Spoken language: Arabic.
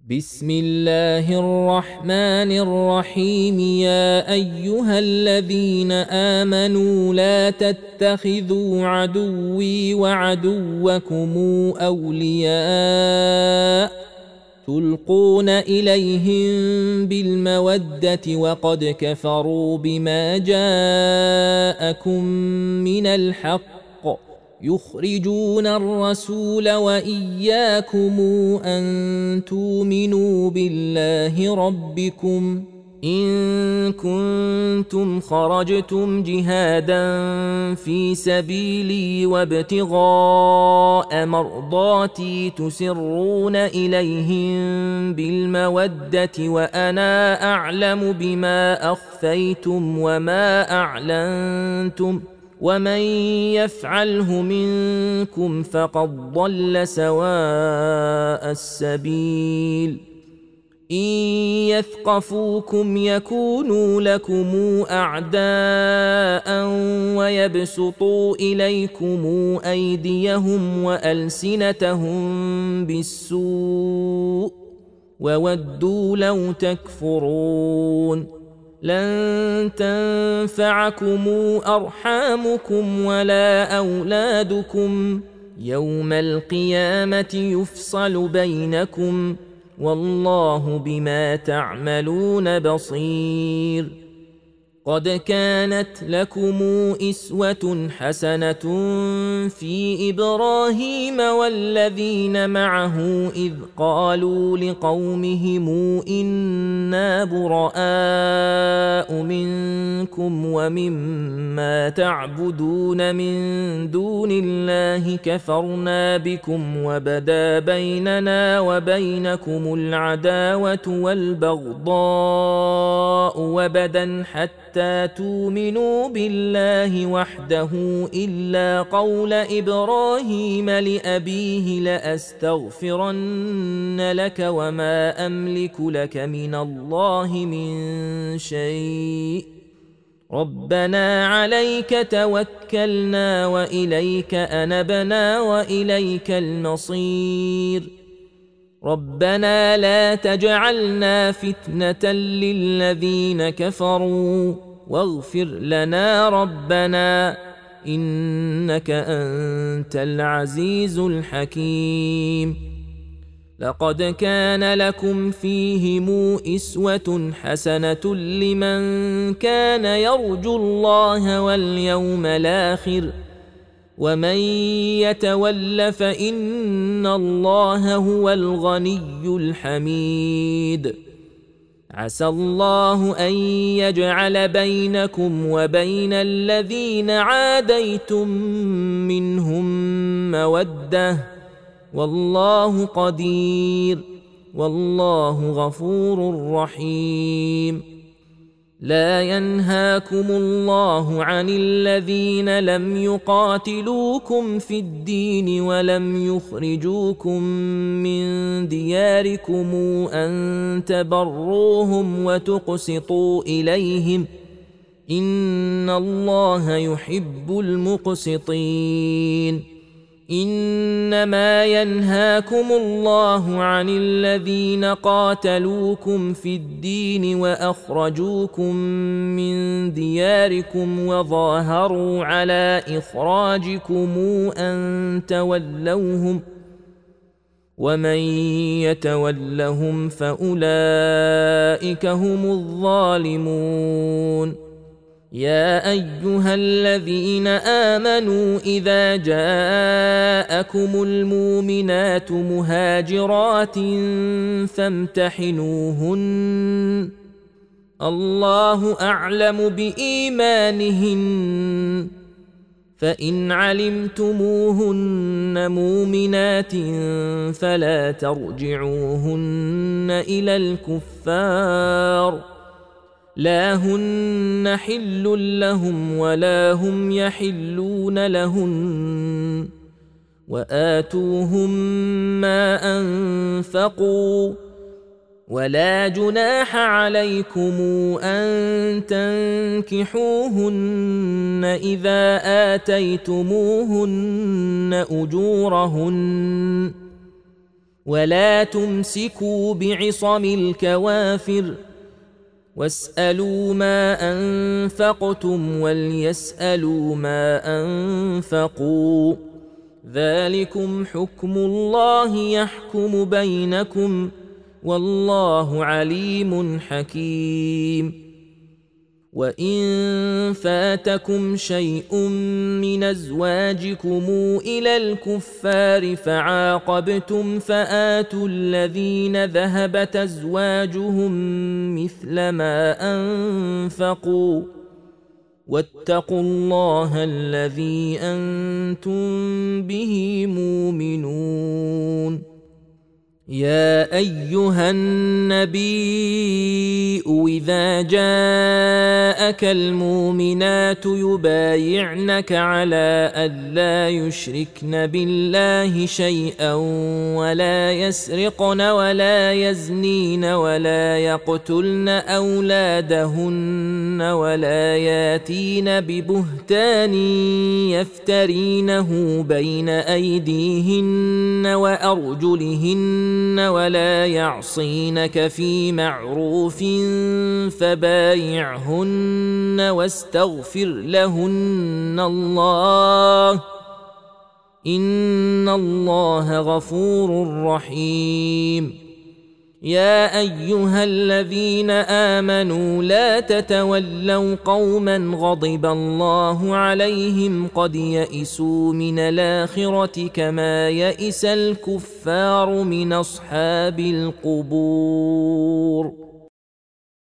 بسم الله الرحمن الرحيم. يا أيها الذين آمنوا لا تتخذوا عدوي وعدوكم أولياء تلقون إليهم بالمودة وقد كفروا بما جاءكم من الحق يخرجون الرسول وإياكم أن تؤمنوا بالله ربكم إن كنتم خرجتم جهادا في سبيلي وابتغاء مرضاتي تسرون إليهم بالمودة وأنا أعلم بما أخفيتم وما أعلنتم ومن يفعله منكم فقد ضل سواء السبيل. إن يثقفوكم يكونوا لكم أعداء ويبسطوا إليكم أيديهم وألسنتهم بالسوء وودوا لو تكفرون. لن تنفعكم أرحامكم ولا أولادكم يوم القيامة يفصل بينكم والله بما تعملون بصير. قد كانت لكم أسوة حسنة في إبراهيم والذين معه إذ قالوا لقومهم إنا براء منكم ومما تعبدون من دون الله كفرنا بكم وبدا بيننا وبينكم العداوة والبغضاء وبدا حتى تؤمنوا بالله وحده إلا قول إبراهيم لأبيه لأستغفرن لك وما أملك لك من الله من شيء ربنا عليك توكلنا وإليك أنبنا وإليك المصير. ربنا لا تجعلنا فتنة للذين كفروا واغفر لنا ربنا إنك أنت العزيز الحكيم. لقد كان لكم فيهم أسوة حسنة لمن كان يرجو الله واليوم الآخر ومن يتول فإن الله هو الغني الحميد. عسى الله أن يجعل بينكم وبين الذين عاديتم منهم مودة والله قدير والله غفور رحيم. لا ينهاكم الله عن الذين لم يقاتلوكم في الدين ولم يخرجوكم من دياركم أن تبروهم وتقسطوا إليهم إن الله يحب المقسطين. إنما ينهاكم الله عن الذين قاتلوكم في الدين وأخرجوكم من دياركم وظاهروا على إخراجكم أن تولوهم ومن يتولهم فأولئك هم الظالمون. يا أيها الذين آمنوا إذا جاءكم المؤمنات مهاجرات فامتحنوهن الله أعلم بإيمانهن فإن علمتموهن مؤمنات فلا ترجعوهن إلى الكفار لا هن حل لهم ولا هم يحلون لهن وآتوهم ما أنفقوا ولا جناح عليكم أن تنكحوهن إذا آتيتموهن أجورهن ولا تمسكوا بعصم الكوافر واسألوا ما أنفقتم وليسألوا ما أنفقوا ذلكم حكم الله يحكم بينكم والله عليم حكيم وإن فاتكم شيء من أزواجكم إلى الكفار فعاقبتم فآتوا الذين ذهبت أزواجهم مثل ما أنفقوا واتقوا الله الذي أنتم به مؤمنون يا أيها النبي إذا جاءك المؤمنات يبايعنك على ألا يشركن بالله شيئا ولا يسرقن ولا يزنين ولا يقتلن أولادهن ولا ياتين ببهتان يفترينه بين أيديهن وأرجلهن ولا يعصينك في معروف فبايعهن واستغفر لهن الله إن الله غفور رحيم يا أيها الذين آمنوا لا تتولوا قوما غضب الله عليهم قد يئسوا من الآخرة كما يئس الكفار من أصحاب القبور